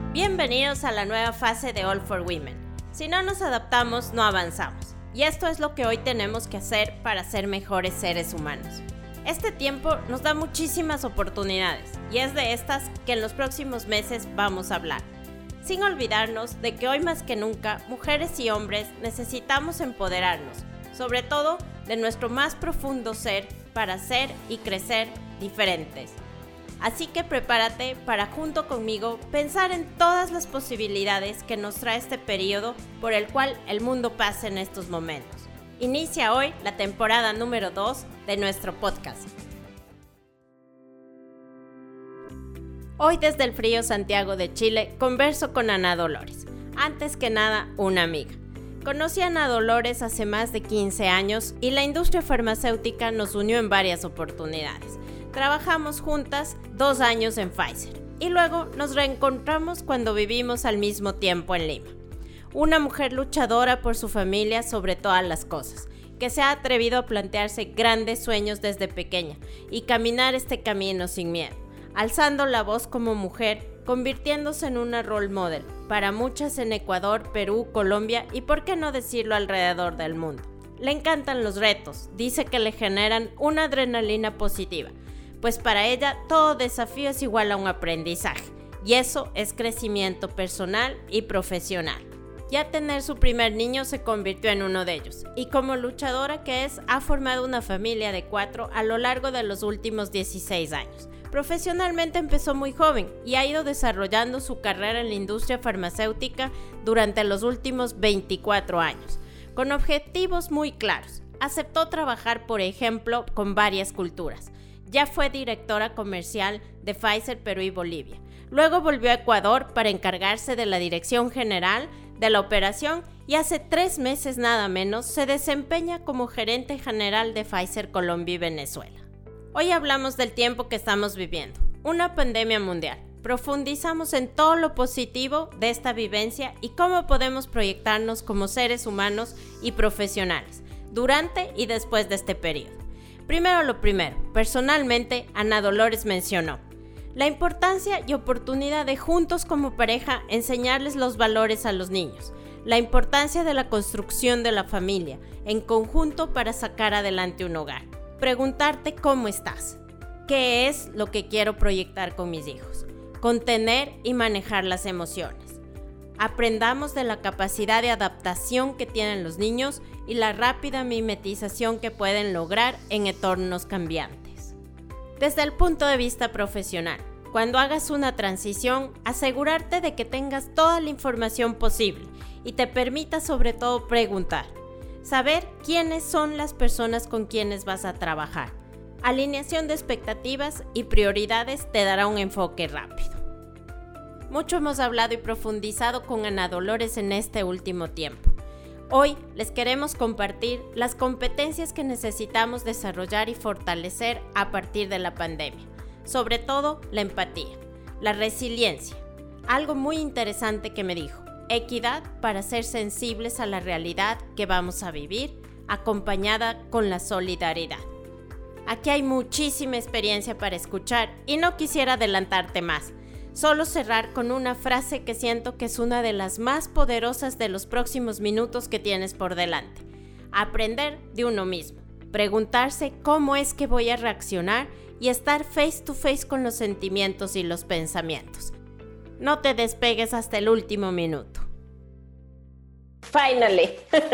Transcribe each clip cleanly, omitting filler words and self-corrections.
Bienvenidos a la nueva fase de All for Women. Si no nos adaptamos, no avanzamos. Y esto es lo que hoy tenemos que hacer para ser mejores seres humanos. Este tiempo nos da muchísimas oportunidades y es de estas que en los próximos meses vamos a hablar. Sin olvidarnos de que hoy más que nunca, mujeres y hombres necesitamos empoderarnos, sobre todo de nuestro más profundo ser para ser y crecer diferentes. Así que prepárate para junto conmigo pensar en todas las posibilidades que nos trae este periodo por el cual el mundo pasa en estos momentos. Inicia hoy la temporada número 2 de nuestro podcast. Hoy desde el frío Santiago de Chile converso con Ana Dolores, antes que nada una amiga. Conocí a Ana Dolores hace más de 15 años y la industria farmacéutica nos unió en varias oportunidades. Trabajamos juntas 2 años en Pfizer y luego nos reencontramos cuando vivimos al mismo tiempo en Lima. Una mujer luchadora por su familia sobre todas las cosas, que se ha atrevido a plantearse grandes sueños desde pequeña y caminar este camino sin miedo, alzando la voz como mujer, convirtiéndose en una role model para muchas en Ecuador, Perú, Colombia y por qué no decirlo alrededor del mundo. Le encantan los retos, dice que le generan una adrenalina positiva, pues para ella todo desafío es igual a un aprendizaje, y eso es crecimiento personal y profesional. Ya tener su primer niño se convirtió en uno de ellos, y como luchadora que es, ha formado una familia de 4 a lo largo de los últimos 16 años. Profesionalmente empezó muy joven y ha ido desarrollando su carrera en la industria farmacéutica durante los últimos 24 años, con objetivos muy claros. Aceptó trabajar, por ejemplo, con varias culturas. Ya fue directora comercial de Pfizer Perú y Bolivia. Luego volvió a Ecuador para encargarse de la dirección general de la operación y hace 3 meses nada menos se desempeña como gerente general de Pfizer Colombia y Venezuela. Hoy hablamos del tiempo que estamos viviendo, una pandemia mundial. Profundizamos en todo lo positivo de esta vivencia y cómo podemos proyectarnos como seres humanos y profesionales durante y después de este periodo. Primero lo primero, personalmente, Ana Dolores mencionó la importancia y oportunidad de juntos como pareja enseñarles los valores a los niños, la importancia de la construcción de la familia en conjunto para sacar adelante un hogar. Preguntarte cómo estás, qué es lo que quiero proyectar con mis hijos, contener y manejar las emociones. Aprendamos de la capacidad de adaptación que tienen los niños y la rápida mimetización que pueden lograr en entornos cambiantes. Desde el punto de vista profesional, cuando hagas una transición, asegurarte de que tengas toda la información posible y te permita sobre todo preguntar, saber quiénes son las personas con quienes vas a trabajar. Alineación de expectativas y prioridades te dará un enfoque rápido. Mucho hemos hablado y profundizado con Ana Dolores en este último tiempo. Hoy les queremos compartir las competencias que necesitamos desarrollar y fortalecer a partir de la pandemia. Sobre todo, la empatía, la resiliencia. Algo muy interesante que me dijo, equidad para ser sensibles a la realidad que vamos a vivir, acompañada con la solidaridad. Aquí hay muchísima experiencia para escuchar y no quisiera adelantarte más. Solo cerrar con una frase que siento que es una de las más poderosas de los próximos minutos que tienes por delante. Aprender de uno mismo, preguntarse cómo es que voy a reaccionar y estar face to face con los sentimientos y los pensamientos. No te despegues hasta el último minuto. Finally.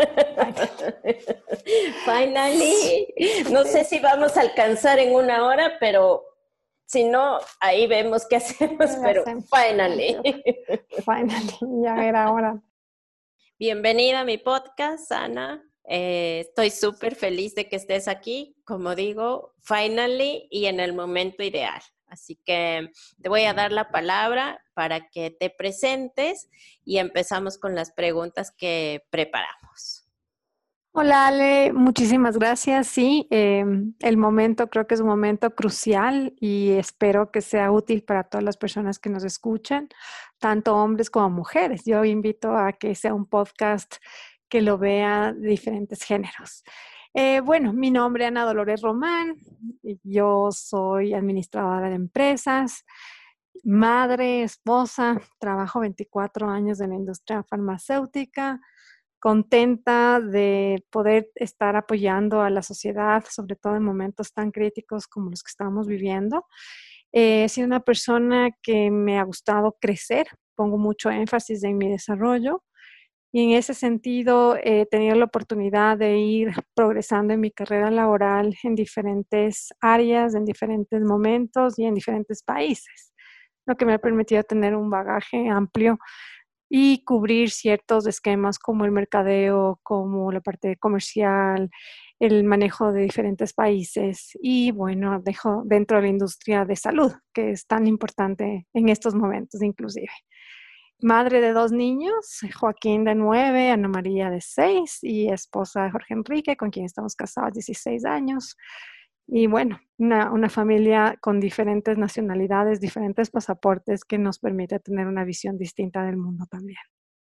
Finally. No sé si vamos a alcanzar en 1 hora, pero si no, ahí vemos qué hacemos, pero finally. Finally, ya era hora. Bienvenida a mi podcast, Ana. Estoy súper feliz de que estés aquí, como digo, finally y en el momento ideal. Así que te voy a dar la palabra para que te presentes y empezamos con las preguntas que preparamos. Hola Ale, muchísimas gracias. Sí, el momento creo que es un momento crucial y espero que sea útil para todas las personas que nos escuchan, tanto hombres como mujeres. Yo invito a que sea un podcast que lo vea de diferentes géneros. Bueno, mi nombre es Ana Dolores Román, yo soy administradora de empresas, madre, esposa, trabajo 24 años en la industria farmacéutica, contenta de poder estar apoyando a la sociedad, sobre todo en momentos tan críticos como los que estamos viviendo. He sido una persona que me ha gustado crecer, pongo mucho énfasis en mi desarrollo y en ese sentido he tenido la oportunidad de ir progresando en mi carrera laboral en diferentes áreas, en diferentes momentos y en diferentes países, lo que me ha permitido tener un bagaje amplio y cubrir ciertos esquemas como el mercadeo, como la parte comercial, el manejo de diferentes países y bueno, dejo dentro de la industria de salud, que es tan importante en estos momentos inclusive. Madre de 2 niños, Joaquín de 9, Ana María de 6 y esposa de Jorge Enrique, con quien estamos casados 16 años. Y bueno, una familia con diferentes nacionalidades, diferentes pasaportes que nos permite tener una visión distinta del mundo también.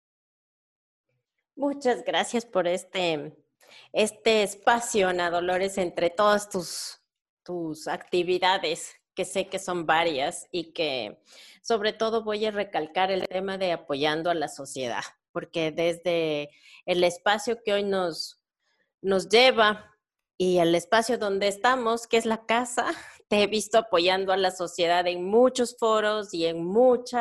Muchas gracias por este espacio, Ana Dolores, entre todas tus actividades, que sé que son varias y que sobre todo voy a recalcar el tema de apoyando a la sociedad, porque desde el espacio que hoy nos lleva y el espacio donde estamos, que es la casa, te he visto apoyando a la sociedad en muchos foros y en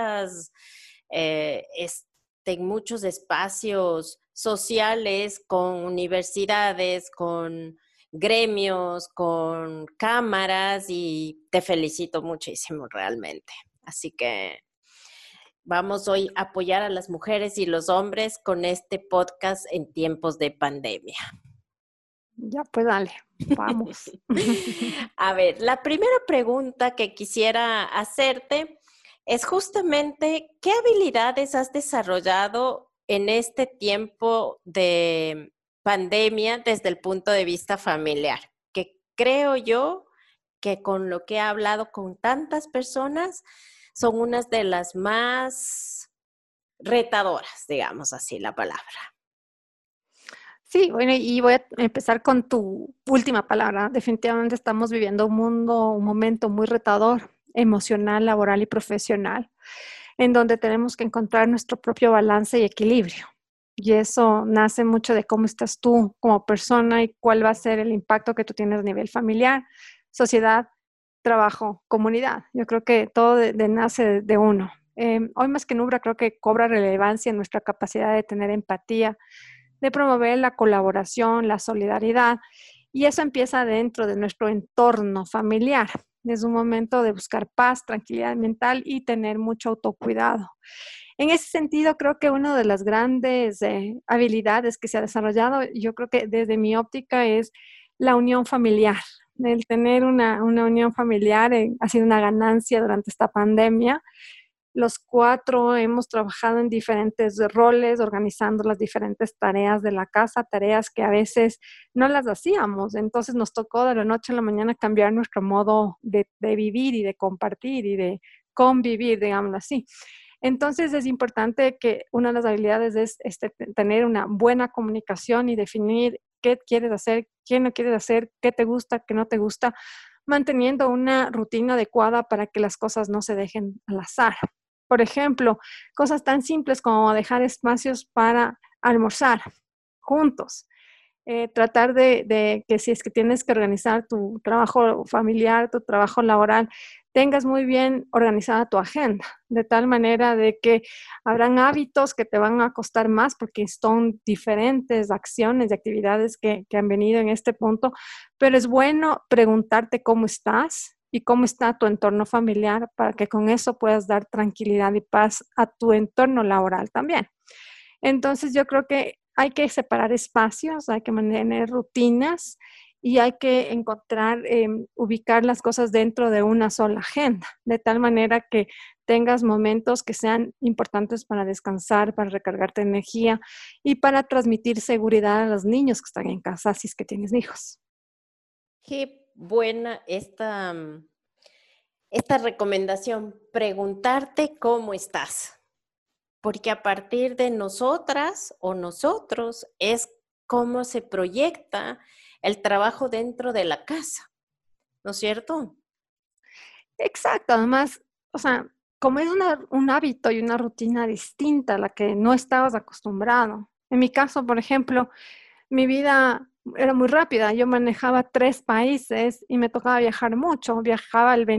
en muchos espacios sociales, con universidades, con gremios, con cámaras y te felicito muchísimo realmente. Así que vamos hoy a apoyar a las mujeres y los hombres con este podcast en tiempos de pandemia. Ya, pues dale, vamos. A ver, la primera pregunta que quisiera hacerte es justamente, ¿qué habilidades has desarrollado en este tiempo de pandemia desde el punto de vista familiar? Que creo yo que con lo que he hablado con tantas personas son unas de las más retadoras, digamos así la palabra. Sí, bueno, y voy a empezar con tu última palabra. Definitivamente estamos viviendo un momento muy retador, emocional, laboral y profesional, en donde tenemos que encontrar nuestro propio balance y equilibrio. Y eso nace mucho de cómo estás tú como persona y cuál va a ser el impacto que tú tienes a nivel familiar, sociedad, trabajo, comunidad. Yo creo que todo nace de uno. Hoy más que nunca creo que cobra relevancia nuestra capacidad de tener empatía, de promover la colaboración, la solidaridad, y eso empieza dentro de nuestro entorno familiar. Es un momento de buscar paz, tranquilidad mental y tener mucho autocuidado. En ese sentido, creo que una de las grandes habilidades que se ha desarrollado, yo creo que desde mi óptica, es la unión familiar. El tener una unión familiar ha sido una ganancia durante esta pandemia. Los 4 hemos trabajado en diferentes roles, organizando las diferentes tareas de la casa, tareas que a veces no las hacíamos. Entonces nos tocó de la noche a la mañana cambiar nuestro modo de vivir y de compartir y de convivir, digámoslo así. Entonces es importante que una de las habilidades es tener una buena comunicación y definir qué quieres hacer, qué no quieres hacer, qué te gusta, qué no te gusta, manteniendo una rutina adecuada para que las cosas no se dejen al azar. Por ejemplo, cosas tan simples como dejar espacios para almorzar juntos. Tratar de que si es que tienes que organizar tu trabajo familiar, tu trabajo laboral, tengas muy bien organizada tu agenda, de tal manera de que habrán hábitos que te van a costar más porque son diferentes acciones y actividades que han venido en este punto, pero es bueno preguntarte cómo estás y cómo está tu entorno familiar para que con eso puedas dar tranquilidad y paz a tu entorno laboral también. Entonces yo creo que hay que separar espacios, hay que mantener rutinas y hay que encontrar, ubicar las cosas dentro de una sola agenda, de tal manera que tengas momentos que sean importantes para descansar, para recargarte energía y para transmitir seguridad a los niños que están en casa, si es que tienes hijos. Qué buena esta recomendación, preguntarte cómo estás, porque a partir de nosotras o nosotros es cómo se proyecta el trabajo dentro de la casa, ¿no es cierto? Exacto, además, o sea, como es un hábito y una rutina distinta a la que no estabas acostumbrado. En mi caso, por ejemplo, mi vida era muy rápida. Yo manejaba 3 países y me tocaba viajar mucho. Viajaba el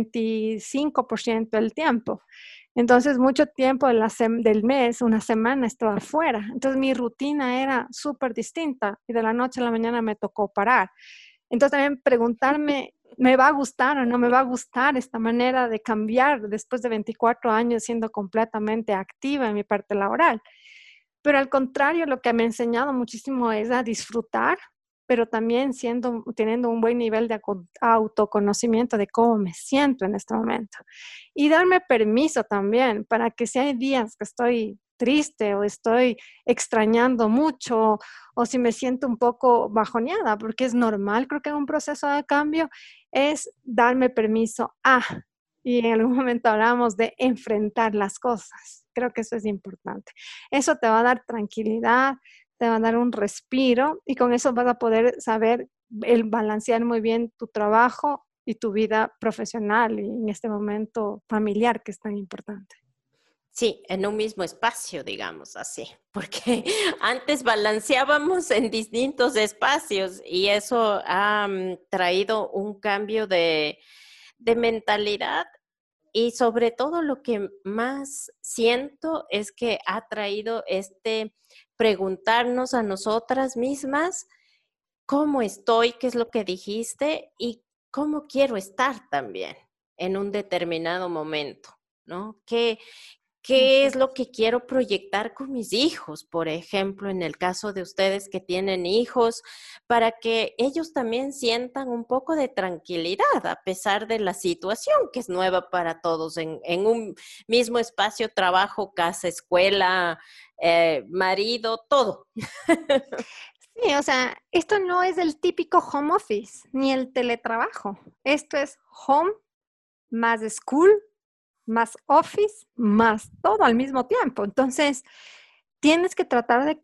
25% del tiempo. Entonces, mucho tiempo del mes, una semana, estaba afuera. Entonces, mi rutina era súper distinta y de la noche a la mañana me tocó parar. Entonces, también preguntarme, ¿me va a gustar o no me va a gustar esta manera de cambiar después de 24 años siendo completamente activa en mi parte laboral? Pero al contrario, lo que me ha enseñado muchísimo es a disfrutar, pero también teniendo un buen nivel de autoconocimiento de cómo me siento en este momento. Y darme permiso también para que si hay días que estoy triste o estoy extrañando mucho o si me siento un poco bajoneada, porque es normal, creo que en un proceso de cambio es darme permiso y en algún momento hablamos de enfrentar las cosas. Creo que eso es importante. Eso te va a dar tranquilidad, te va a dar un respiro y con eso vas a poder saber el balancear muy bien tu trabajo y tu vida profesional y en este momento familiar que es tan importante. Sí, en un mismo espacio, digamos así, porque antes balanceábamos en distintos espacios y eso ha traído un cambio de mentalidad y sobre todo lo que más siento es que ha traído este preguntarnos a nosotras mismas cómo estoy, qué es lo que dijiste y cómo quiero estar también en un determinado momento, ¿no? ¿Qué Así es lo es. que quiero proyectar con mis hijos? Por ejemplo, en el caso de ustedes que tienen hijos, para que ellos también sientan un poco de tranquilidad a pesar de la situación que es nueva para todos en un mismo espacio, trabajo, casa, escuela, marido, todo. Sí, o sea, esto no es el típico home office ni el teletrabajo. Esto es home más school, más office, más todo al mismo tiempo. Entonces, tienes que tratar de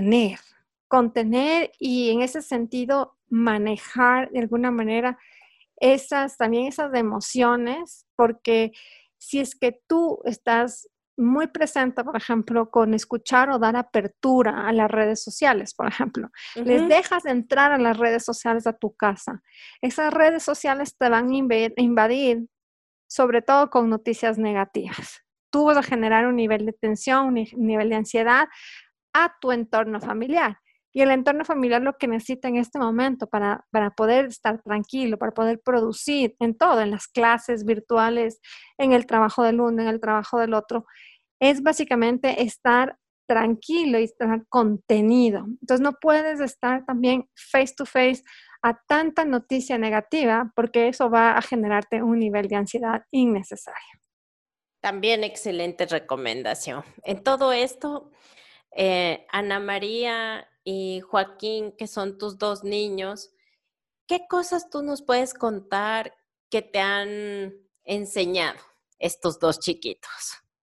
contener y en ese sentido manejar de alguna manera también esas emociones, porque si es que tú estás muy presente, por ejemplo, con escuchar o dar apertura a las redes sociales, por ejemplo, les Ujú. dejas entrar a las redes sociales a tu casa. Esas redes sociales te van a invadir, sobre todo con noticias negativas. Tú vas a generar un nivel de tensión, un nivel de ansiedad a tu entorno familiar. Y el entorno familiar lo que necesita en este momento para poder estar tranquilo, para poder producir en todo, en las clases virtuales, en el trabajo del uno, en el trabajo del otro, es básicamente estar tranquilo y estar contenido. Entonces no puedes estar también face to face a tanta noticia negativa porque eso va a generarte un nivel de ansiedad innecesario. También excelente recomendación. En todo esto, Ana María y Joaquín, que son tus dos niños, ¿qué cosas tú nos puedes contar que te han enseñado estos dos chiquitos?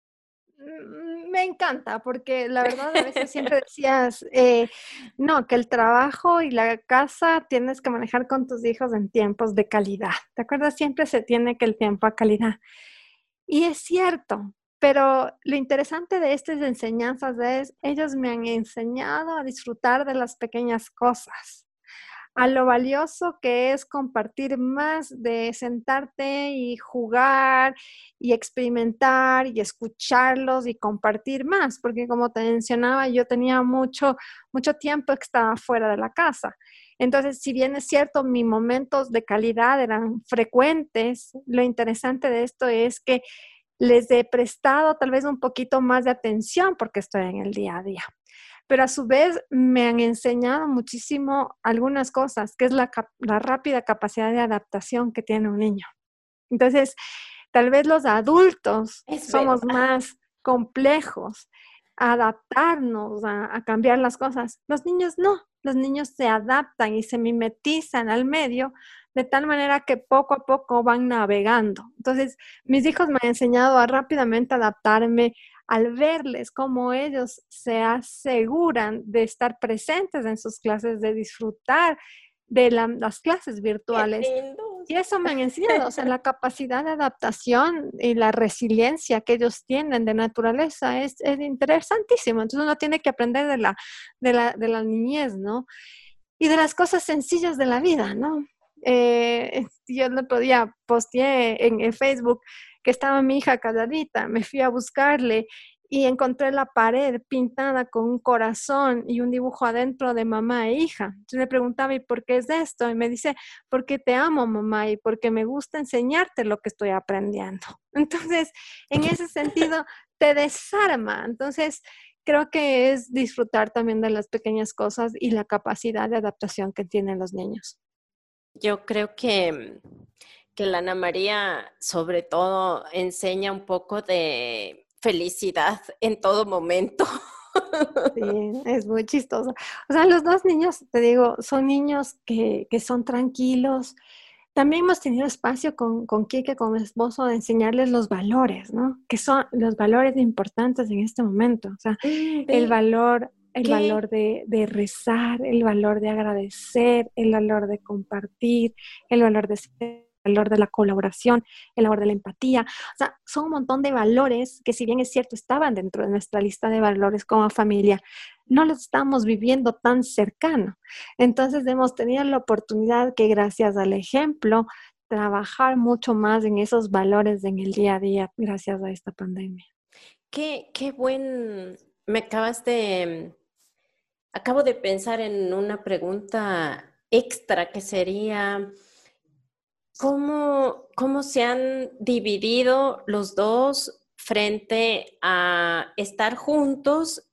Me encanta, porque la verdad a veces siempre decías, no, que el trabajo y la casa tienes que manejar con tus hijos en tiempos de calidad. ¿Te acuerdas? Siempre se tiene que el tiempo a calidad. Y es cierto, pero lo interesante de estas enseñanzas es, ellos me han enseñado a disfrutar de las pequeñas cosas, a lo valioso que es compartir más de sentarte y jugar y experimentar y escucharlos y compartir más, porque como te mencionaba, yo tenía mucho tiempo que estaba fuera de la casa. Entonces, si bien es cierto, mis momentos de calidad eran frecuentes, lo interesante de esto es que les he prestado tal vez un poquito más de atención porque estoy en el día a día, pero a su vez me han enseñado muchísimo algunas cosas, que es la rápida capacidad de adaptación que tiene un niño. Entonces, tal vez los adultos Es somos verdad. más complejos a adaptarnos, a cambiar las cosas. Los niños no, los niños se adaptan y se mimetizan al medio de tal manera que poco a poco van navegando. Entonces, mis hijos me han enseñado a rápidamente adaptarme al verles cómo ellos se aseguran de estar presentes en sus clases, de disfrutar de las clases Qué virtuales lindo. Y eso me han enseñado, o sea, la capacidad de adaptación y la resiliencia que ellos tienen de naturaleza es interesantísimo. Entonces uno tiene que aprender de la niñez, ¿no? Y de las cosas sencillas de la vida, ¿no? Yo el otro día posteé en Facebook que estaba mi hija calladita, me fui a buscarle y encontré la pared pintada con un corazón y un dibujo adentro de mamá e hija. Entonces le preguntaba, ¿y por qué es esto? Y me dice, porque te amo, mamá, y porque me gusta enseñarte lo que estoy aprendiendo. Entonces, en ese sentido, te desarma. Entonces, creo que es disfrutar también de las pequeñas cosas y la capacidad de adaptación que tienen los niños. Yo creo que la Ana María sobre todo enseña un poco de felicidad en todo momento. Sí, es muy chistoso. O sea, los dos niños, te digo, son niños que son tranquilos. También hemos tenido espacio con Kike, con mi esposo, de enseñarles los valores, ¿no? Que son los valores importantes en este momento. O sea, el Ve, valor, el ¿qué? valor de rezar, el valor de agradecer, el valor de compartir, el valor de ser, el valor de la colaboración, el valor de la empatía. O sea, son un montón de valores que, si bien es cierto, estaban dentro de nuestra lista de valores como familia, no los estamos viviendo tan cercano. Entonces hemos tenido la oportunidad que, gracias al ejemplo, trabajar mucho más en esos valores en el día a día gracias a esta pandemia. Qué buen, me acabas de, acabo de pensar en una pregunta extra que sería, ¿cómo se han dividido los dos frente a estar juntos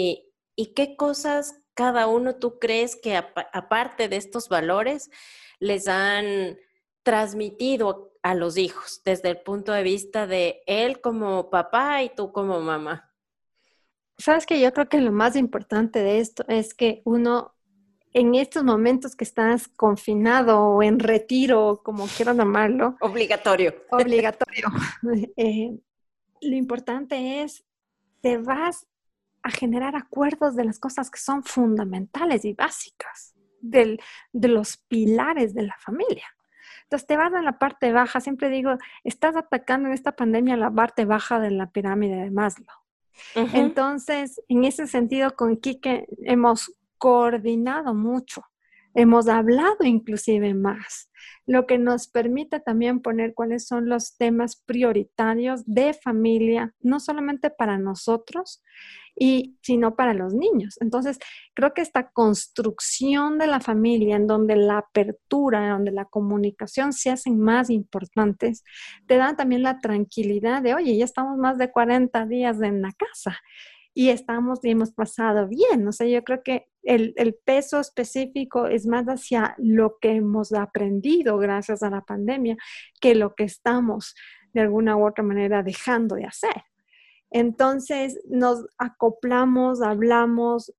y qué cosas cada uno tú crees que aparte de estos valores les han transmitido a los hijos desde el punto de vista de él como papá y tú como mamá? Sabes que yo creo que lo más importante de esto es que uno, en estos momentos que estás confinado o en retiro, como quieran llamarlo, Obligatorio. obligatorio, eh, lo importante es, te vas a generar acuerdos de las cosas que son fundamentales y básicas, de los pilares de la familia. Entonces te vas a la parte baja, siempre digo, estás atacando en esta pandemia la parte baja de la pirámide de Maslow. Ujú. Entonces, en ese sentido, con Quique hemos coordinado mucho, hemos hablado inclusive más, lo que nos permite también poner cuáles son los temas prioritarios de familia, no solamente para nosotros, sino para los niños. Entonces, creo que esta construcción de la familia, en donde la apertura, en donde la comunicación se hacen más importantes, te da también la tranquilidad de, oye, ya estamos más de 40 días en la casa y estamos y hemos pasado bien. O sea, yo creo que el peso específico es más hacia lo que hemos aprendido gracias a la pandemia que lo que estamos de alguna u otra manera dejando de hacer. Entonces nos acoplamos, hablamos,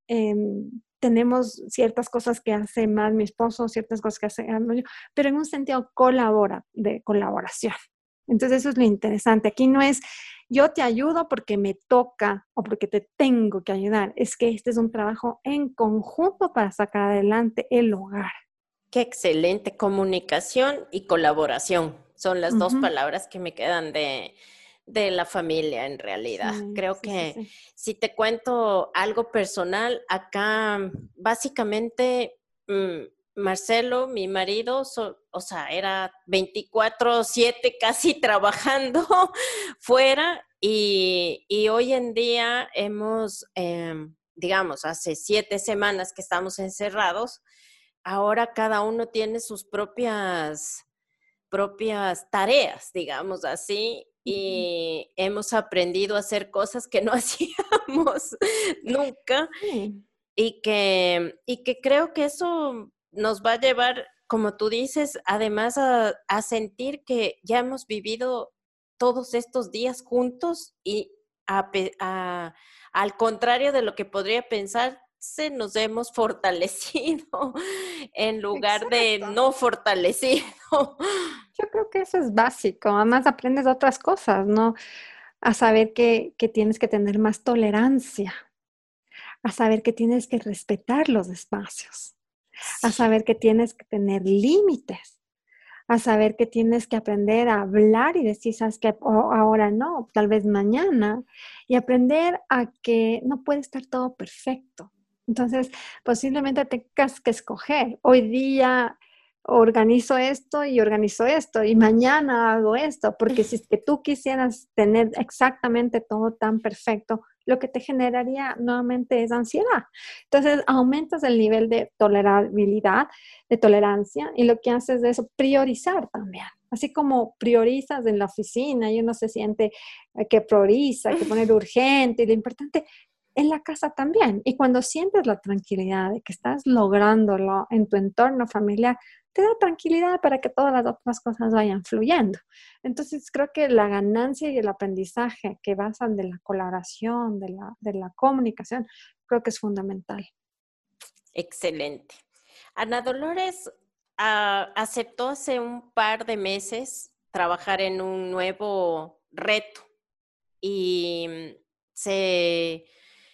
tenemos ciertas cosas que hace más mi esposo, ciertas cosas que hace más yo, pero en un sentido de colaboración. Entonces eso es lo interesante. Aquí no es yo te ayudo porque me toca o porque te tengo que ayudar. Es que este es un trabajo en conjunto para sacar adelante el hogar. Qué excelente comunicación y colaboración. Son las dos Ujú. palabras que me quedan de la familia en realidad. Sí, Creo sí, sí, que sí. si te cuento algo personal, acá básicamente Marcelo, mi marido, o sea, era 24/7 casi trabajando fuera y hoy en día hemos, digamos, hace 7 semanas que estamos encerrados. Ahora cada uno tiene sus propias tareas, digamos así, Ujú. y hemos aprendido a hacer cosas que no hacíamos nunca Sí, y que creo que eso nos va a llevar, como tú dices, además a sentir que ya hemos vivido todos estos días juntos y al contrario de lo que podría pensar, se nos hemos fortalecido en lugar de exacto. no fortalecido. Yo creo que eso es básico. Además aprendes otras cosas, ¿no? A saber que tienes que tener más tolerancia, a saber que tienes que respetar los espacios, a Sí, saber que tienes que tener límites, a saber que tienes que aprender a hablar y decir, sabes que ahora no, tal vez mañana, y aprender a que no puede estar todo perfecto. Entonces, posiblemente tengas que escoger. Hoy día organizo esto, y mañana hago esto, porque si es que tú quisieras tener exactamente todo tan perfecto, lo que te generaría nuevamente es ansiedad. Entonces, aumentas el nivel de tolerabilidad, de tolerancia, y lo que haces es priorizar también. Así como priorizas en la oficina y uno se siente que prioriza, que poner urgente y lo importante, en la casa también. Y cuando sientes la tranquilidad de que estás lográndolo en tu entorno familiar, te da tranquilidad para que todas las otras cosas vayan fluyendo. Entonces, creo que la ganancia y el aprendizaje que basan de la colaboración, de la comunicación, creo que es fundamental. Excelente. Ana Dolores aceptó hace un par de meses trabajar en un nuevo reto y se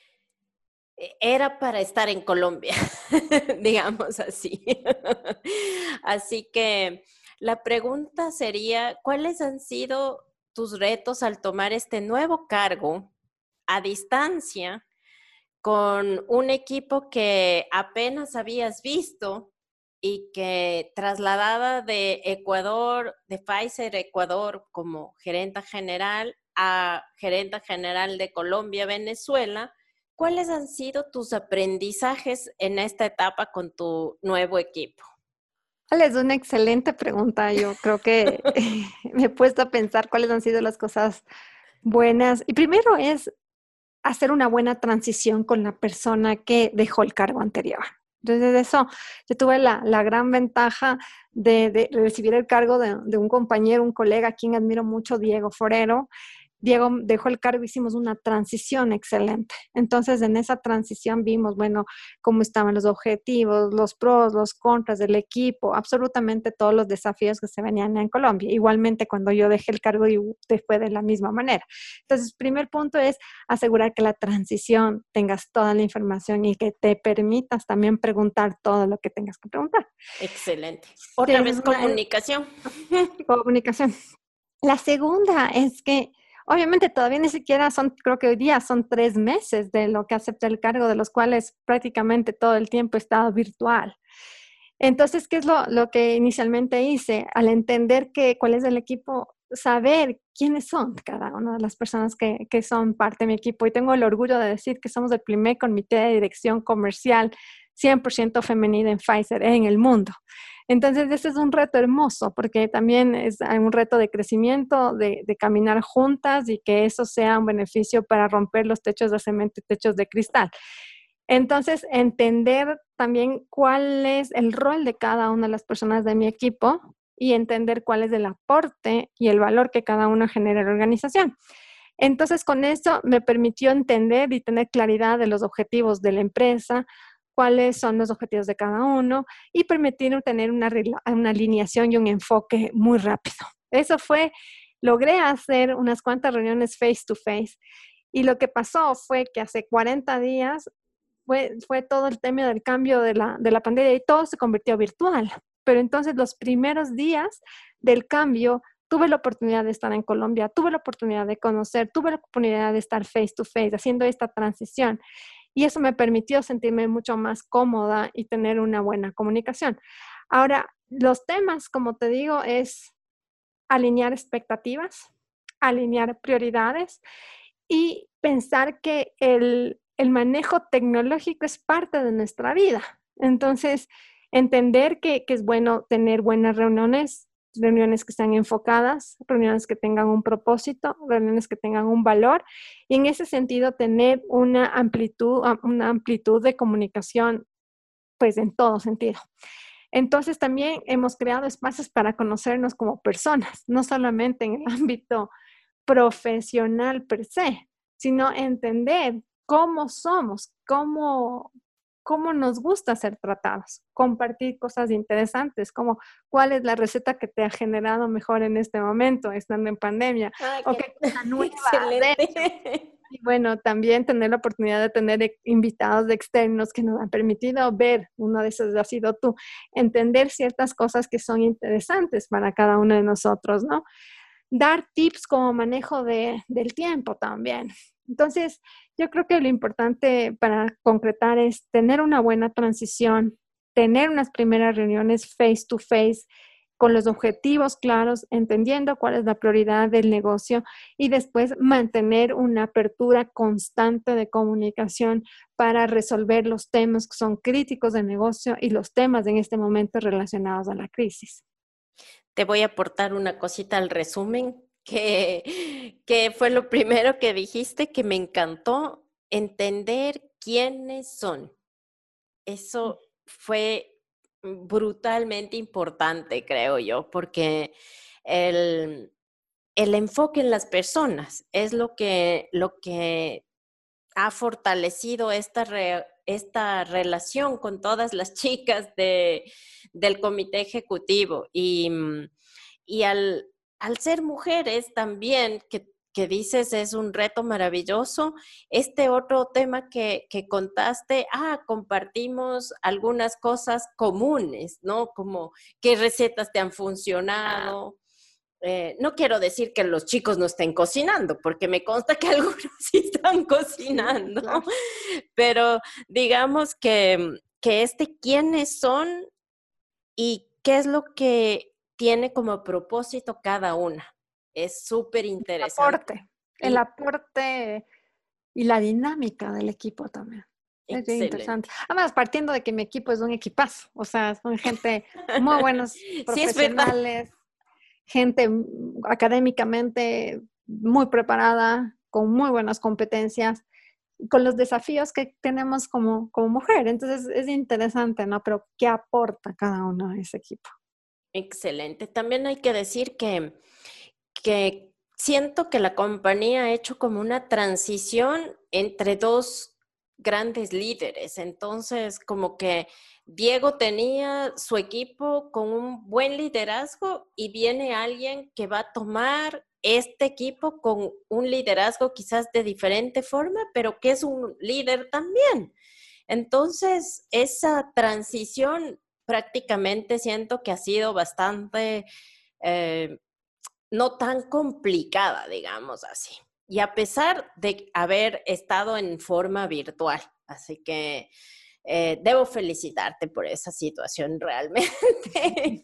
era para estar en Colombia, digamos así. Así que la pregunta sería, ¿cuáles han sido tus retos al tomar este nuevo cargo a distancia con un equipo que apenas habías visto y que trasladada de Ecuador, de Pfizer Ecuador como gerenta general a gerenta general de Colombia, Venezuela? ¿Cuáles han sido tus aprendizajes en esta etapa con tu nuevo equipo? Es una excelente pregunta. Yo creo que me he puesto a pensar cuáles han sido las cosas buenas. Y primero es hacer una buena transición con la persona que dejó el cargo anterior. Entonces, eso, yo tuve la gran ventaja de recibir el cargo de un compañero, un colega a quien admiro mucho, Diego Forero. Diego dejó el cargo, hicimos una transición excelente. Entonces, en esa transición vimos, bueno, cómo estaban los objetivos, los pros, los contras del equipo, absolutamente todos los desafíos que se venían en Colombia. Igualmente, cuando yo dejé el cargo, fue de la misma manera. Entonces, primer punto es asegurar que la transición tengas toda la información y que te permitas también preguntar todo lo que tengas que preguntar. Excelente. Sí, Otra esa vez es una comunicación. comunicación. La segunda es que obviamente todavía ni siquiera son, creo que hoy día son 3 meses de lo que acepté el cargo, de los cuales prácticamente todo el tiempo he estado virtual. Entonces, ¿qué es lo que inicialmente hice? Al entender cuál es el equipo, saber quiénes son cada una de las personas que son parte de mi equipo. Y tengo el orgullo de decir que somos el primer comité de dirección comercial 100% femenino en Pfizer en el mundo. Entonces, ese es un reto hermoso porque también es un reto de crecimiento, de caminar juntas y que eso sea un beneficio para romper los techos de cemento y techos de cristal. Entonces, entender también cuál es el rol de cada una de las personas de mi equipo y entender cuál es el aporte y el valor que cada uno genera en la organización. Entonces, con eso me permitió entender y tener claridad de los objetivos de la empresa, cuáles son los objetivos de cada uno y permitir tener una alineación y un enfoque muy rápido. Logré hacer unas cuantas reuniones face to face y lo que pasó fue que hace 40 días fue todo el tema del cambio de la pandemia y todo se convirtió virtual. Pero entonces los primeros días del cambio tuve la oportunidad de estar en Colombia, tuve la oportunidad de conocer, tuve la oportunidad de estar face to face haciendo esta transición. Y eso me permitió sentirme mucho más cómoda y tener una buena comunicación. Ahora, los temas, como te digo, es alinear expectativas, alinear prioridades y pensar que el manejo tecnológico es parte de nuestra vida. Entonces, entender que es bueno tener buenas reuniones que están enfocadas, reuniones que tengan un propósito, reuniones que tengan un valor, y en ese sentido tener una amplitud de comunicación, pues en todo sentido. Entonces también hemos creado espacios para conocernos como personas, no solamente en el ámbito profesional per se, sino entender cómo somos, cómo cómo nos gusta ser tratados, compartir cosas interesantes, como cuál es la receta que te ha generado mejor en este momento, estando en pandemia, Ah, o qué qué cosa nueva has hecho. excelente. Y bueno, también tener la oportunidad de tener invitados de externos que nos han permitido ver, uno de esos ha sido tú, entender ciertas cosas que son interesantes para cada uno de nosotros, ¿no? Dar tips como manejo del tiempo también. Entonces, yo creo que lo importante para concretar es tener una buena transición, tener unas primeras reuniones face to face con los objetivos claros, entendiendo cuál es la prioridad del negocio y después mantener una apertura constante de comunicación para resolver los temas que son críticos del negocio y los temas en este momento relacionados a la crisis. Te voy a aportar una cosita al resumen, que fue lo primero que dijiste, que me encantó, entender quiénes son. Eso fue brutalmente importante, creo yo, porque el, el enfoque en las personas es lo que ha fortalecido esta relación con todas las chicas del comité ejecutivo. Y al ser mujeres también, que dices es un reto maravilloso, este otro tema que contaste, compartimos algunas cosas comunes, ¿no? Como qué recetas te han funcionado. No quiero decir que los chicos no estén cocinando, porque me consta que algunos sí están Sí, cocinando, claro. pero digamos que quiénes son y qué es lo que tiene como propósito cada una. Es súper interesante. El Y aporte y la dinámica del equipo también. Es bien interesante. excelente. Además, partiendo de que mi equipo es un equipazo, o sea, son gente muy buenos Sí, es verdad. profesionales, gente académicamente muy preparada, con muy buenas competencias, con los desafíos que tenemos como mujer. Entonces, es interesante, ¿no? Pero, ¿qué aporta cada uno de ese equipo? Excelente. También hay que decir que siento que la compañía ha hecho como una transición entre dos grandes líderes. Entonces, como que Diego tenía su equipo con un buen liderazgo y viene alguien que va a tomar este equipo con un liderazgo quizás de diferente forma, pero que es un líder también. Entonces, esa transición prácticamente siento que ha sido bastante eh, no tan complicada, digamos así. Y a pesar de haber estado en forma virtual. Así que debo felicitarte por esa situación realmente.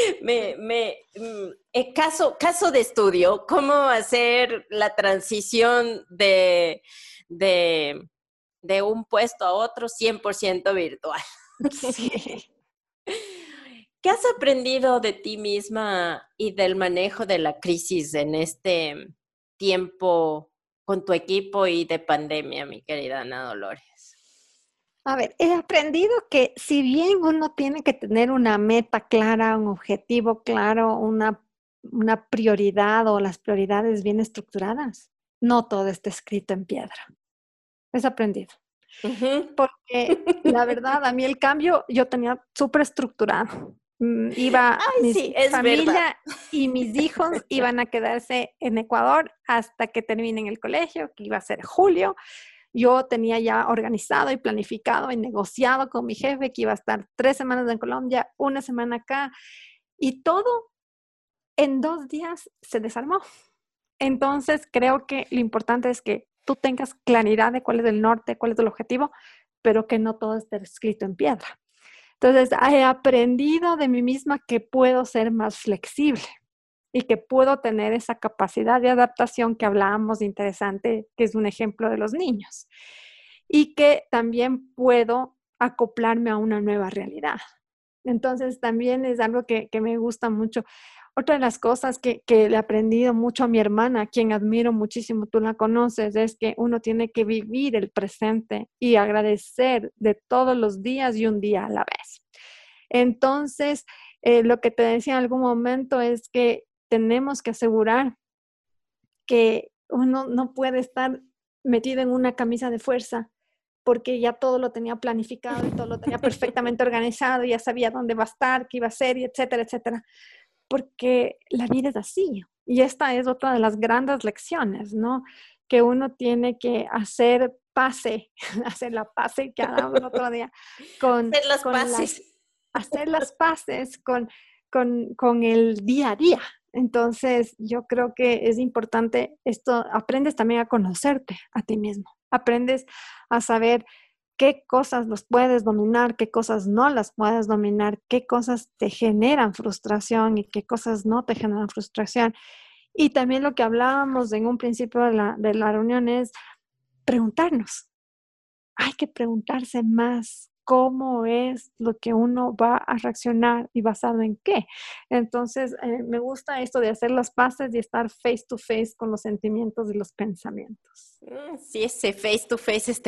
Caso de estudio, cómo hacer la transición de, de un puesto a otro 100% virtual. Sí. ¿Qué has aprendido de ti misma y del manejo de la crisis en este tiempo con tu equipo y de pandemia, mi querida Ana Dolores? A ver, he aprendido que si bien uno tiene que tener una meta clara, un objetivo claro, una prioridad o las prioridades bien estructuradas, no todo está escrito en piedra. Es aprendido. Ujú. Porque la verdad, a mí el cambio yo tenía súper estructurado. Ay, Mi sí, es verdad. familia y mis hijos iban a quedarse en Ecuador hasta que terminen el colegio, que iba a ser julio. Yo tenía ya organizado y planificado y negociado con mi jefe que iba a estar 3 semanas en Colombia, una semana acá, y todo en 2 días se desarmó. Entonces, creo que lo importante es que tú tengas claridad de cuál es el norte, cuál es el objetivo, pero que no todo esté escrito en piedra. Entonces, he aprendido de mí misma que puedo ser más flexible y que puedo tener esa capacidad de adaptación que hablábamos interesante, que es un ejemplo de los niños, y que también puedo acoplarme a una nueva realidad. Entonces, también es algo que me gusta mucho. Otra de las cosas que le he aprendido mucho a mi hermana, a quien admiro muchísimo, tú la conoces, es que uno tiene que vivir el presente y agradecer de todos los días y un día a la vez. Entonces, lo que te decía en algún momento es que tenemos que asegurar que uno no puede estar metido en una camisa de fuerza porque ya todo lo tenía planificado y todo lo tenía perfectamente organizado, y ya sabía dónde va a estar, qué iba a hacer, y etcétera, etcétera. Porque la vida es así. Y esta es otra de las grandes lecciones, ¿no? Que uno tiene que hacer pase, hacer la pase que hablamos el otro día, Hacer las con las, paces. hacer las paces con el día a día. Entonces, yo creo que es importante esto, aprendes también a conocerte a ti mismo, aprendes a saber qué cosas los puedes dominar, qué cosas no las puedes dominar, qué cosas te generan frustración y qué cosas no te generan frustración. Y también lo que hablábamos en un principio de la reunión es preguntarnos. Hay que preguntarse más cómo es lo que uno va a reaccionar y basado en qué. Entonces, me gusta esto de hacer las paces y estar face to face con los sentimientos y los pensamientos. Sí, ese face to face está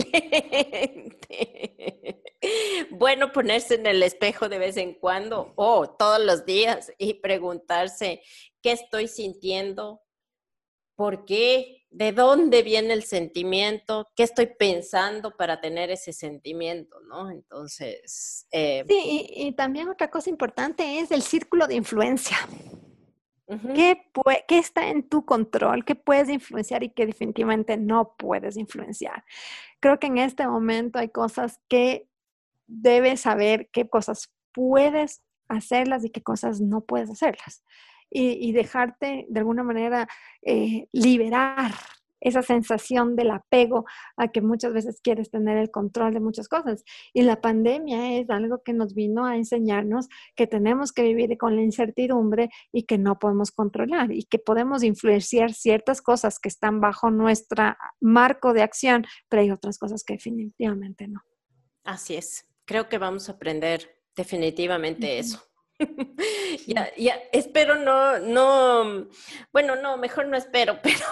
excelente. Bueno, ponerse en el espejo de vez en cuando o todos los días y preguntarse qué estoy sintiendo, por qué, de dónde viene el sentimiento, qué estoy pensando para tener ese sentimiento, ¿no? Entonces, Sí, y también otra cosa importante es el círculo de influencia. ujú. ¿Qué está en tu control? ¿Qué puedes influenciar y qué definitivamente no puedes influenciar? Creo que en este momento hay cosas que debes saber, qué cosas puedes hacerlas y qué cosas no puedes hacerlas. Y dejarte de alguna manera liberar esa sensación del apego a que muchas veces quieres tener el control de muchas cosas. Y la pandemia es algo que nos vino a enseñarnos que tenemos que vivir con la incertidumbre y que no podemos controlar y que podemos influenciar ciertas cosas que están bajo nuestro marco de acción, pero hay otras cosas que definitivamente no. Así es. Creo que vamos a aprender definitivamente Ujú. eso. Sí. Ya, espero no, bueno, no, mejor no espero, pero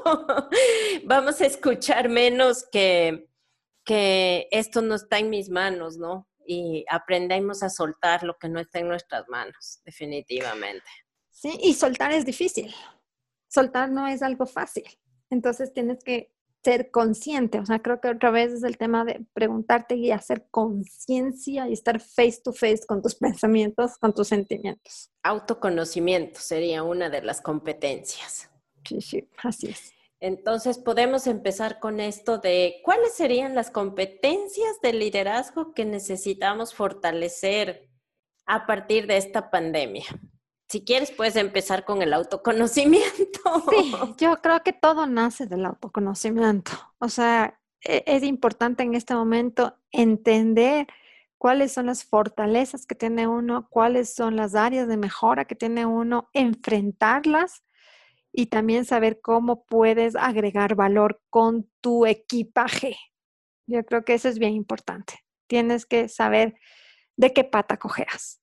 vamos a escuchar menos que esto no está en mis manos, ¿no? Y aprendemos a soltar lo que no está en nuestras manos, definitivamente. Sí, y soltar es difícil. Soltar no es algo fácil. Entonces tienes que ser consciente. O sea, creo que otra vez es el tema de preguntarte y hacer conciencia y estar face to face con tus pensamientos, con tus sentimientos. Autoconocimiento sería una de las competencias. Sí, sí, así es. Entonces, podemos empezar con esto de cuáles serían las competencias de liderazgo que necesitamos fortalecer a partir de esta pandemia. Si quieres, puedes empezar con el Sí, autoconocimiento. yo creo que todo nace del autoconocimiento. O sea, es importante en este momento entender cuáles son las fortalezas que tiene uno, cuáles son las áreas de mejora que tiene uno, enfrentarlas y también saber cómo puedes agregar valor con tu equipaje. Yo creo que eso es bien importante. Tienes que saber de qué pata cojeas.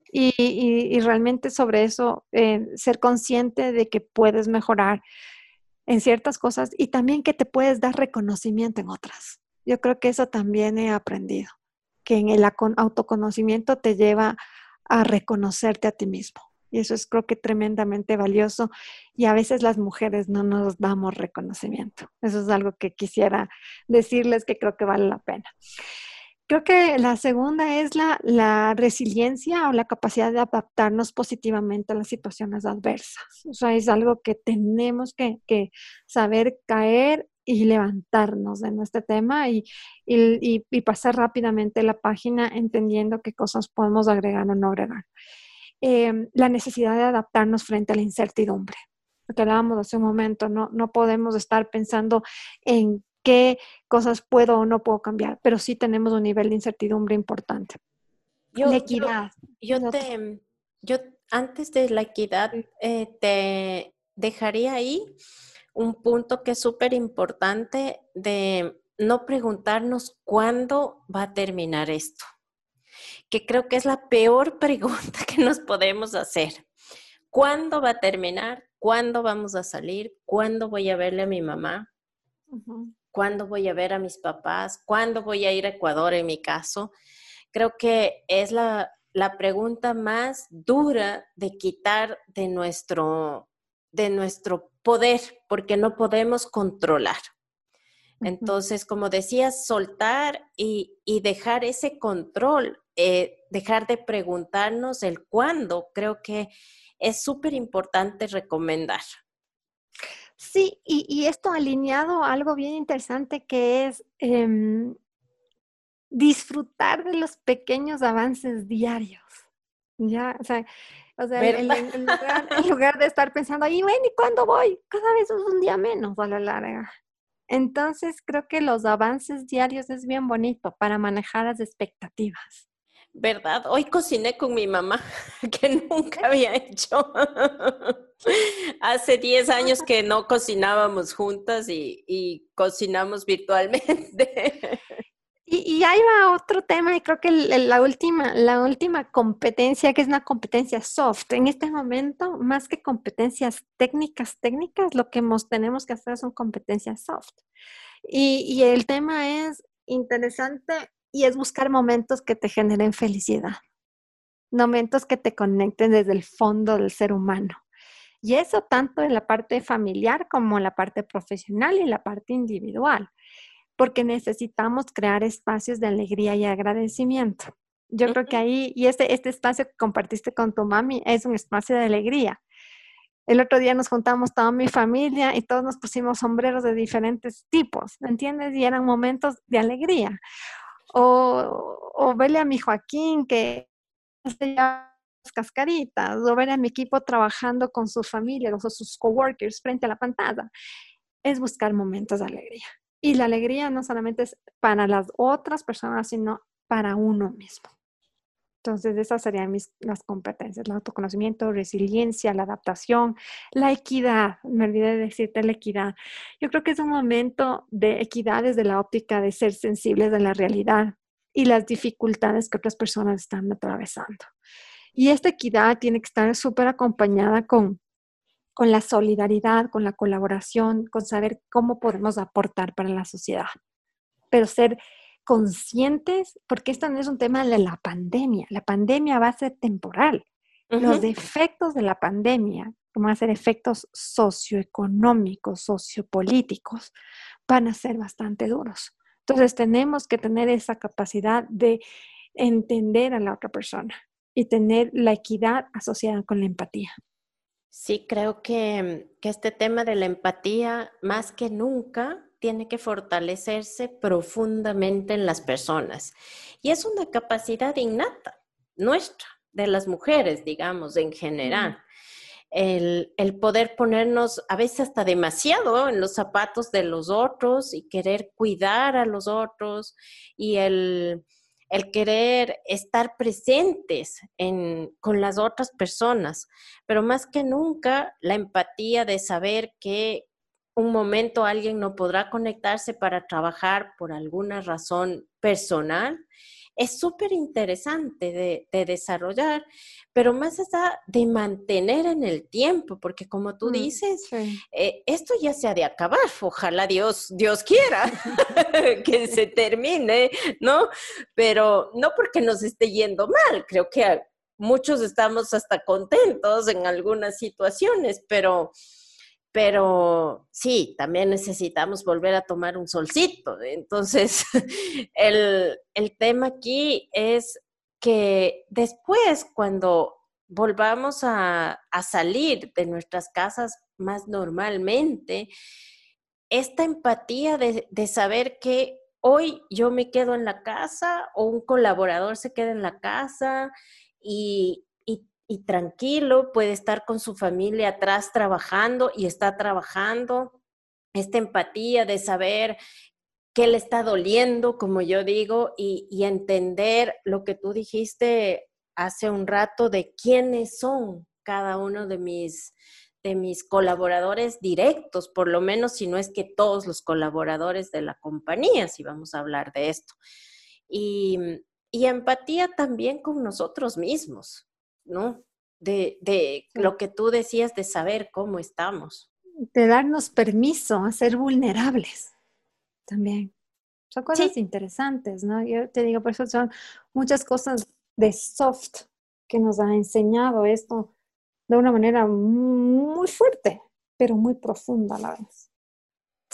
Y realmente sobre eso, ser consciente de que puedes mejorar en ciertas cosas y también que te puedes dar reconocimiento en otras. Yo creo que eso también he aprendido, que en el autoconocimiento te lleva a reconocerte a ti mismo. Y eso es creo que tremendamente valioso y a veces las mujeres no nos damos reconocimiento. Eso es algo que quisiera decirles que creo que vale la pena. Creo que la segunda es la resiliencia o la capacidad de adaptarnos positivamente a las situaciones adversas. O sea, es algo que tenemos que saber caer y levantarnos de nuestro tema y pasar rápidamente la página entendiendo qué cosas podemos agregar o no agregar. La necesidad de adaptarnos frente a la incertidumbre. Lo que hablábamos hace un momento, no podemos estar pensando en qué cosas puedo o no puedo cambiar, pero sí tenemos un nivel de incertidumbre importante. La Yo, yo, equidad es yo otro. te, yo antes de la equidad, Sí. te dejaría ahí un punto que es súper importante de no preguntarnos cuándo va a terminar esto, que creo que es la peor pregunta que nos podemos hacer. ¿Cuándo va a terminar? ¿Cuándo vamos a salir? ¿Cuándo voy a verle a mi mamá? Ujú. ¿Cuándo voy a ver a mis papás? ¿Cuándo voy a ir a Ecuador en mi caso? Creo que es la pregunta más dura de quitar de nuestro poder, porque no podemos controlar. Entonces, como decías, soltar y dejar ese control, dejar de preguntarnos el cuándo, creo que es súper importante recomendar. Sí, y esto alineado a algo bien interesante que es disfrutar de los pequeños avances diarios. Ya, o sea, ¿Verdad? en lugar de estar pensando, y bueno, ¿y cuándo voy? Cada vez es un día menos a la larga. Entonces, creo que los avances diarios es bien bonito para manejar las expectativas. ¿Verdad? Hoy cociné con mi mamá, que nunca había hecho. Hace 10 años que no cocinábamos juntas y cocinamos virtualmente. Y ahí va otro tema, y creo que la última competencia, que es una competencia soft, en este momento, más que competencias técnicas, lo que tenemos que hacer son competencias soft. Y el tema es interesante y es buscar momentos que te generen felicidad, momentos que te conecten desde el fondo del ser humano. Y eso tanto en la parte familiar como en la parte profesional y en la parte individual, porque necesitamos crear espacios de alegría y agradecimiento. Yo creo que ahí, y este espacio que compartiste con tu mami es un espacio de alegría. El otro día nos juntamos toda mi familia y todos nos pusimos sombreros de diferentes tipos, ¿me entiendes? Y eran momentos de alegría. O verle a mi Joaquín que hace ya las cascaritas, o ver a mi equipo trabajando con su familia, o sus coworkers frente a la pantalla, es buscar momentos de alegría. Y la alegría no solamente es para las otras personas, sino para uno mismo. Entonces, esas serían las competencias: el autoconocimiento, resiliencia, la adaptación, la equidad. Me olvidé de decirte la equidad. Yo creo que es un momento de equidad desde la óptica de ser sensibles de la realidad y las dificultades que otras personas están atravesando. Y esta equidad tiene que estar súper acompañada con la solidaridad, con la colaboración, con saber cómo podemos aportar para la sociedad, pero ser conscientes, porque esto no es un tema de la pandemia va a ser temporal. Los Ujú. efectos de la pandemia, como van a ser efectos socioeconómicos, sociopolíticos, van a ser bastante duros. Entonces tenemos que tener esa capacidad de entender a la otra persona y tener la equidad asociada con la empatía. Sí, creo que este tema de la empatía, más que nunca, tiene que fortalecerse profundamente en las personas. Y es una capacidad innata nuestra, de las mujeres, digamos, en Mm. general. El poder ponernos a veces hasta demasiado en los zapatos de los otros y querer cuidar a los otros y el querer estar presentes con las otras personas, pero más que nunca la empatía de saber que un momento alguien no podrá conectarse para trabajar por alguna razón personal, es súper interesante de desarrollar, pero más allá de mantener en el tiempo, porque como tú dices, Sí. esto ya se ha de acabar, ojalá Dios quiera que se termine, ¿no? Pero no porque nos esté yendo mal, creo que muchos estamos hasta contentos en algunas situaciones, pero sí, también necesitamos volver a tomar un solcito. Entonces, el tema aquí es que después, cuando volvamos a salir de nuestras casas más normalmente, esta empatía de saber que hoy yo me quedo en la casa o un colaborador se queda en la casa y tranquilo, puede estar con su familia atrás trabajando y está trabajando. Esta empatía de saber qué le está doliendo, como yo digo, y entender lo que tú dijiste hace un rato de quiénes son cada uno de mis colaboradores directos, por lo menos si no es que todos los colaboradores de la compañía, si vamos a hablar de esto. Y, y empatía también con nosotros mismos, ¿no? De Sí. lo que tú decías de saber cómo estamos. De darnos permiso a ser vulnerables también. Son cosas Sí, interesantes, ¿no? Yo te digo, por eso son muchas cosas de soft que nos ha enseñado esto de una manera muy fuerte, pero muy profunda a la vez.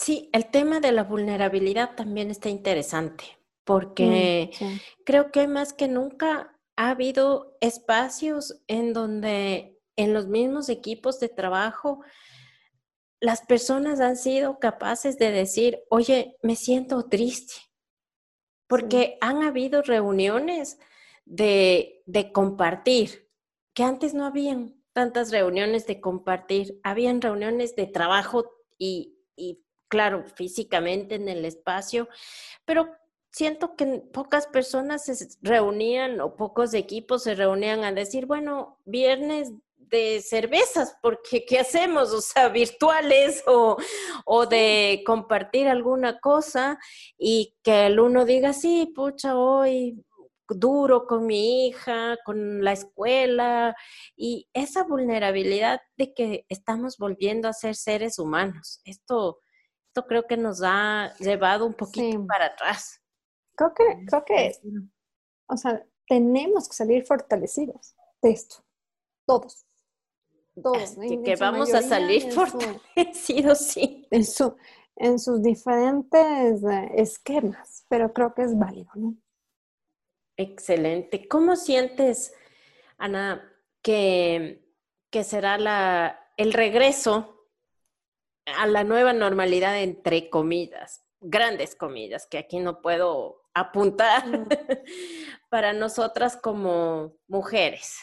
Sí, el tema de la vulnerabilidad también está interesante, porque Sí. creo que más que nunca ha habido espacios en donde en los mismos equipos de trabajo las personas han sido capaces de decir, oye, me siento triste, Sí. porque han habido reuniones de compartir, que antes no habían tantas reuniones de compartir, habían reuniones de trabajo y claro, físicamente en el espacio, pero siento que pocas personas se reunían o pocos equipos se reunían a decir, bueno, viernes de cervezas, porque ¿qué hacemos? O sea, virtuales o Sí. de compartir alguna cosa y que el uno diga, sí, pucha, hoy duro con mi hija, con la escuela y esa vulnerabilidad de que estamos volviendo a ser seres humanos. Esto creo que nos ha llevado un poquito Sí. para atrás. Creo que, o sea, tenemos que salir fortalecidos de esto, todos, todos, Así en que su vamos a mayoría y salir fortalecidos, sí. en su, en sus diferentes esquemas, pero creo que es válido, ¿no? Excelente. ¿Cómo sientes, Ana, que será el regreso a la nueva normalidad, entre comillas, grandes comillas, que aquí no puedo apuntar Mm. para nosotras como mujeres?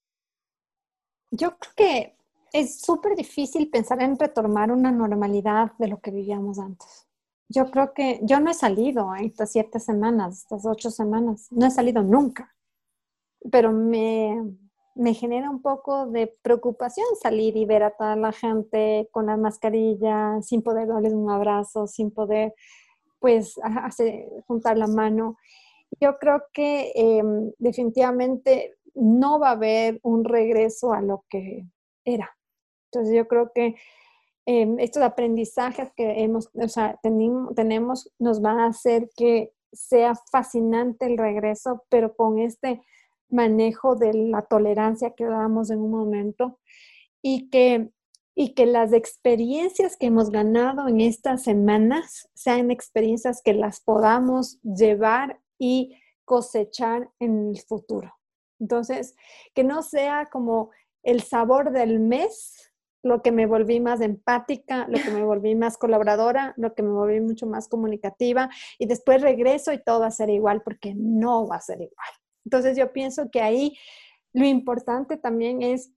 Yo creo que es súper difícil pensar en retomar una normalidad de lo que vivíamos antes. Yo creo que yo no he salido estas 7 semanas, estas 8 semanas, no he salido nunca, pero me genera un poco de preocupación salir y ver a toda la gente con la mascarilla, sin poder darles un abrazo, sin poder, pues, juntar la mano. Yo creo que definitivamente no va a haber un regreso a lo que era. Entonces yo creo que estos aprendizajes que o sea, tenemos nos van a hacer que sea fascinante el regreso, pero con este manejo de la tolerancia que damos en un momento y que, y que las experiencias que hemos ganado en estas semanas sean experiencias que las podamos llevar y cosechar en el futuro. Entonces, que no sea como el sabor del mes, lo que me volví más empática, lo que me volví más colaboradora, lo que me volví mucho más comunicativa y después regreso y todo va a ser igual porque no va a ser igual. Entonces yo pienso que ahí lo importante también es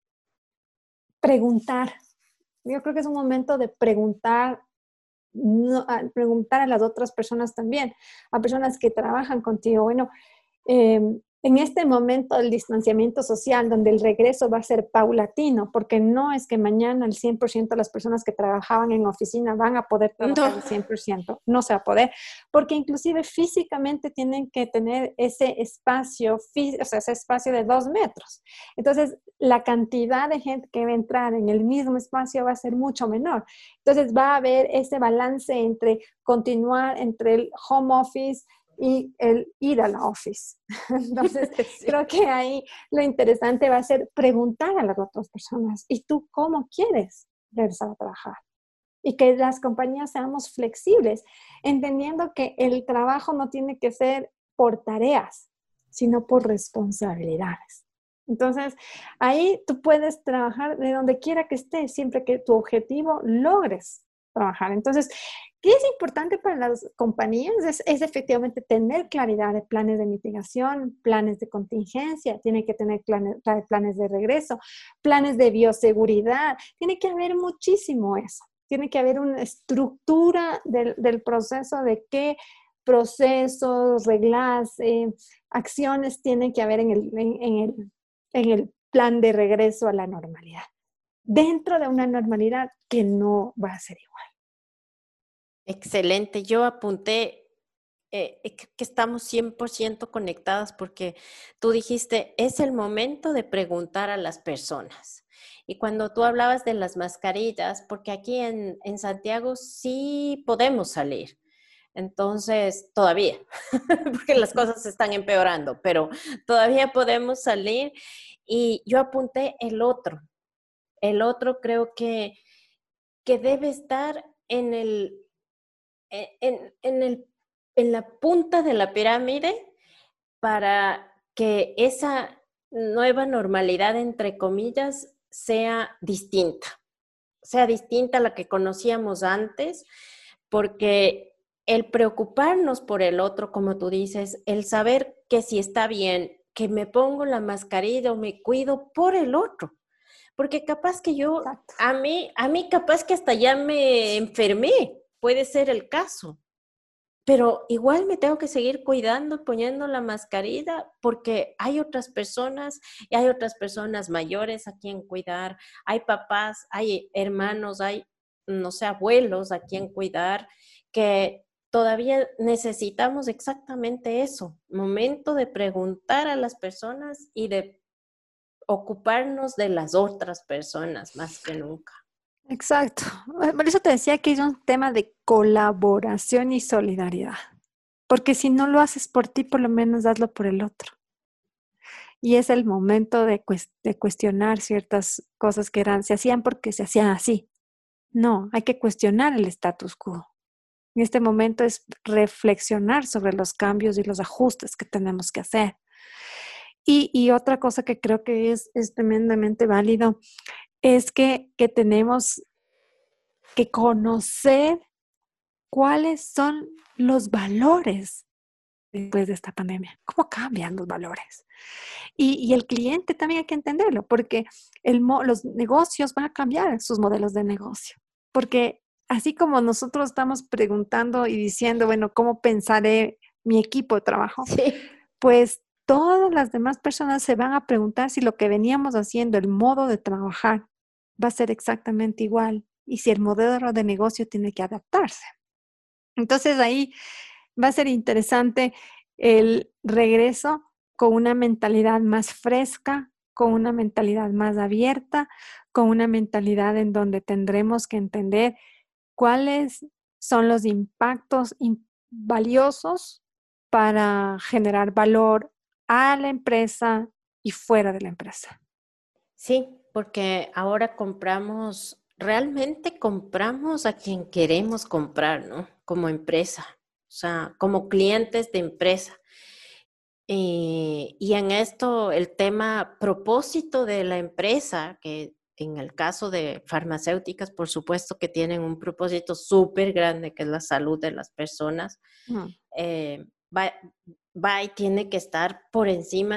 preguntar. Yo creo que es un momento de preguntar, no, preguntar a las otras personas también, a personas que trabajan contigo. Bueno, eh, en este momento del distanciamiento social, donde el regreso va a ser paulatino, porque no es que mañana el 100% de las personas que trabajaban en oficina van a poder trabajar No, el 100%, no se va a poder, porque inclusive físicamente tienen que tener ese espacio, o sea, ese espacio de 2 metros. Entonces, la cantidad de gente que va a entrar en el mismo espacio va a ser mucho menor. Entonces, va a haber ese balance entre continuar entre el home office y el ir a la office. Entonces, sí. creo que ahí lo interesante va a ser preguntar a las otras personas, ¿y tú cómo quieres regresar a trabajar? Y que las compañías seamos flexibles, entendiendo que el trabajo no tiene que ser por tareas, sino por responsabilidades. Entonces, ahí tú puedes trabajar de donde quiera que estés, siempre que tu objetivo logres trabajar. Entonces, ¿qué es importante para las compañías? Es efectivamente tener claridad de planes de mitigación, planes de contingencia, tiene que tener planes de regreso, planes de bioseguridad, tiene que haber muchísimo eso. Tiene que haber una estructura del proceso de qué procesos, reglas, acciones tienen que haber en el plan de regreso a la normalidad, dentro de una normalidad que no va a ser igual. Excelente. Yo apunté que estamos 100% conectadas porque tú dijiste, es el momento de preguntar a las personas. Y cuando tú hablabas de las mascarillas, porque aquí en Santiago sí podemos salir. Entonces, todavía, porque las cosas se están empeorando, pero todavía podemos salir. Y yo apunté el otro. El otro creo que debe estar en el, en la punta de la pirámide para que esa nueva normalidad, entre comillas, sea distinta a la que conocíamos antes, porque el preocuparnos por el otro, como tú dices, el saber que si está bien, que me pongo la mascarilla o me cuido por el otro, porque capaz que Exacto. a mí capaz que hasta ya me enfermé, puede ser el caso. Pero igual me tengo que seguir cuidando, poniendo la mascarilla, porque hay otras personas y hay otras personas mayores a quien cuidar, hay papás, hay hermanos, hay, no sé, abuelos a quien cuidar, que todavía necesitamos exactamente eso, momento de preguntar a las personas y de ocuparnos de las otras personas más que nunca. Exacto. Por eso te decía que es un tema de colaboración y solidaridad. Porque si no lo haces por ti, por lo menos hazlo por el otro. Y es el momento de cuestionar ciertas cosas que se hacían porque se hacían así. No, hay que cuestionar el status quo. En este momento es reflexionar sobre los cambios y los ajustes que tenemos que hacer. Y otra cosa que creo que es tremendamente válido es que tenemos que conocer cuáles son los valores después de esta pandemia, cómo cambian los valores. Y el cliente también hay que entenderlo, porque los negocios van a cambiar sus modelos de negocio, porque así como nosotros estamos preguntando y diciendo, bueno, ¿cómo pensaré mi equipo de trabajo? Sí. Pues todas las demás personas se van a preguntar si lo que veníamos haciendo, el modo de trabajar, va a ser exactamente igual y si el modelo de negocio tiene que adaptarse. Entonces ahí va a ser interesante el regreso con una mentalidad más fresca, con una mentalidad más abierta, con una mentalidad en donde tendremos que entender cuáles son los impactos valiosos para generar valor a la empresa y fuera de la empresa. Sí, porque ahora realmente compramos a quien queremos comprar, ¿no? Como empresa, o sea, como clientes de empresa. Y en esto, el tema propósito de la empresa, que en el caso de farmacéuticas, por supuesto que tienen un propósito súper grande, que es la salud de las personas, Mm. eh, va, va y tiene que estar por encima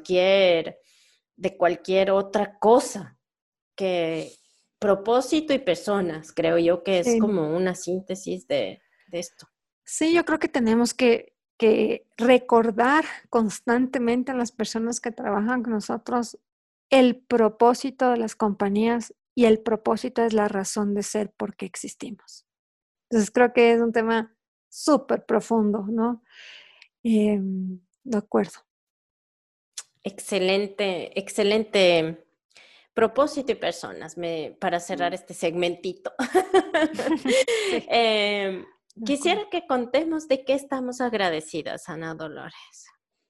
de cualquier otra cosa que propósito y personas. Creo yo que es Sí. como una síntesis de esto. Sí, yo creo que tenemos que recordar constantemente a las personas que trabajan con nosotros el propósito de las compañías y el propósito es la razón de ser por qué existimos. Entonces creo que es un tema súper profundo, ¿no? De acuerdo. Excelente, excelente propósito y personas para cerrar este segmentito. Sí, Eh, de acuerdo. Quisiera que contemos de qué estamos agradecidas, Ana Dolores.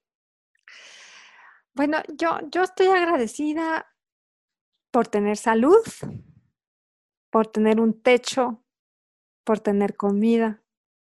Bueno, yo estoy agradecida por tener salud, por tener un techo, por tener comida,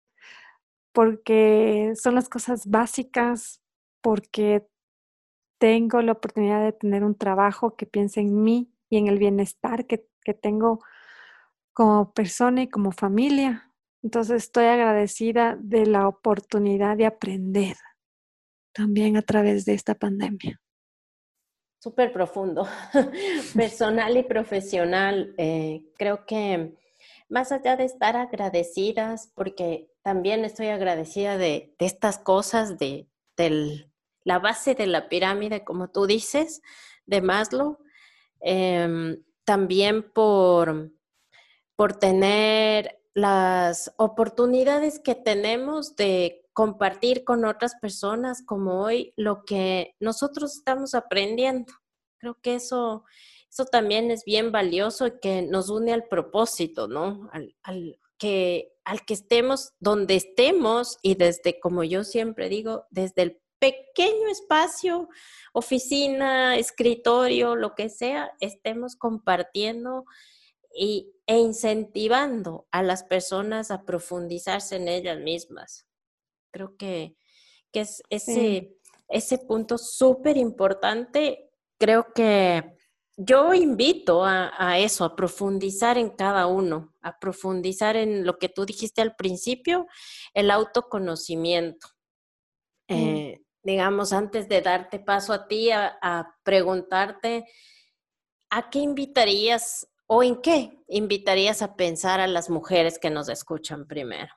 porque son las cosas básicas, porque tengo la oportunidad de tener un trabajo que piense en mí y en el bienestar que tengo como persona y como familia. Entonces estoy agradecida de la oportunidad de aprender también a través de esta pandemia. Súper profundo, personal y profesional. Creo que más allá de estar agradecidas, porque también estoy agradecida de estas cosas, la base de la pirámide, como tú dices, de Maslow, también por tener las oportunidades que tenemos de compartir con otras personas como hoy lo que nosotros estamos aprendiendo. Creo que eso también es bien valioso y que nos une al propósito, ¿no? Al que estemos donde estemos y desde, como yo siempre digo, desde el pequeño espacio, oficina, escritorio, lo que sea, estemos compartiendo e incentivando a las personas a profundizarse en ellas mismas. Creo que es ese punto súper importante. Creo que yo invito a eso, a profundizar en cada uno, a profundizar en lo que tú dijiste al principio, el autoconocimiento. Digamos, antes de darte paso a ti, a preguntarte, ¿a qué invitarías o en qué invitarías a pensar a las mujeres que nos escuchan primero?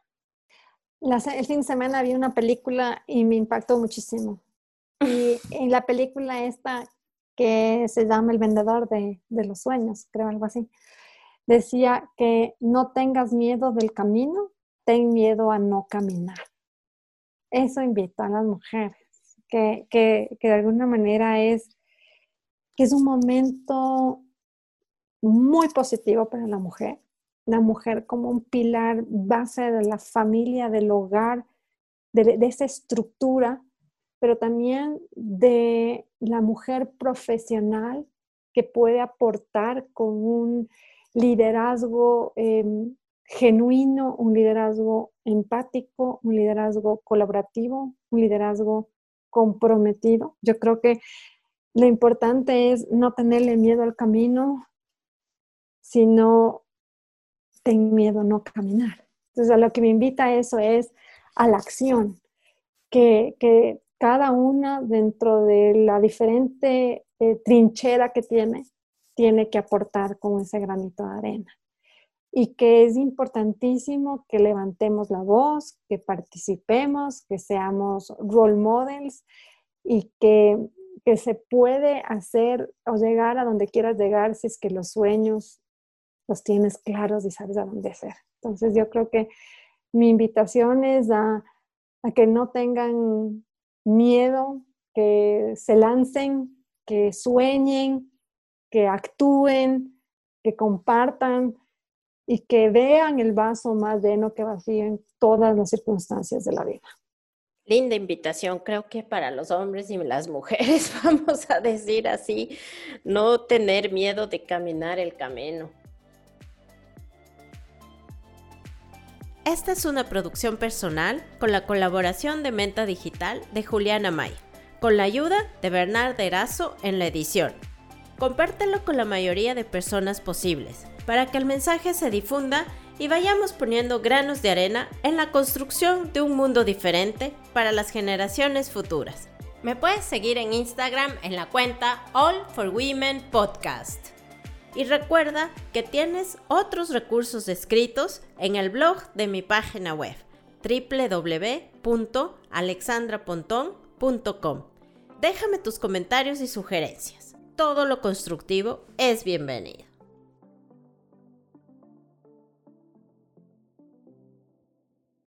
El fin de semana vi una película y me impactó muchísimo. Y en la película esta, que se llama El vendedor de los sueños, creo algo así, decía que no tengas miedo del camino, ten miedo a no caminar. Eso invito a las mujeres, que de alguna manera que es un momento muy positivo para la mujer como un pilar base de la familia, del hogar, de esa estructura, pero también de la mujer profesional que puede aportar con un liderazgo genuino, un liderazgo empático, un liderazgo colaborativo, un liderazgo comprometido. Yo creo que lo importante es no tenerle miedo al camino, sino ten miedo a no caminar. Entonces, a lo que me invita eso es a la acción, que cada una dentro de la diferente trinchera que tiene que aportar con ese granito de arena. Y que es importantísimo que levantemos la voz, que participemos, que seamos role models y que se puede hacer o llegar a donde quieras llegar si es que los sueños los tienes claros y sabes a dónde hacer. Entonces yo creo que mi invitación es a que no tengan miedo, que se lancen, que sueñen, que actúen, que compartan y que vean el vaso más lleno que vacío en todas las circunstancias de la vida. Linda invitación, creo que para los hombres y las mujeres, vamos a decir así, no tener miedo de caminar el camino. Esta es una producción personal con la colaboración de Menta Digital de Juliana Maya, con la ayuda de Bernardo Erazo en la edición. Compártelo con la mayoría de personas posibles, para que el mensaje se difunda y vayamos poniendo granos de arena en la construcción de un mundo diferente para las generaciones futuras. Me puedes seguir en Instagram en la cuenta All for Women Podcast. Y recuerda que tienes otros recursos escritos en el blog de mi página web www.alexandrapontón.com. Déjame tus comentarios y sugerencias. Todo lo constructivo es bienvenido.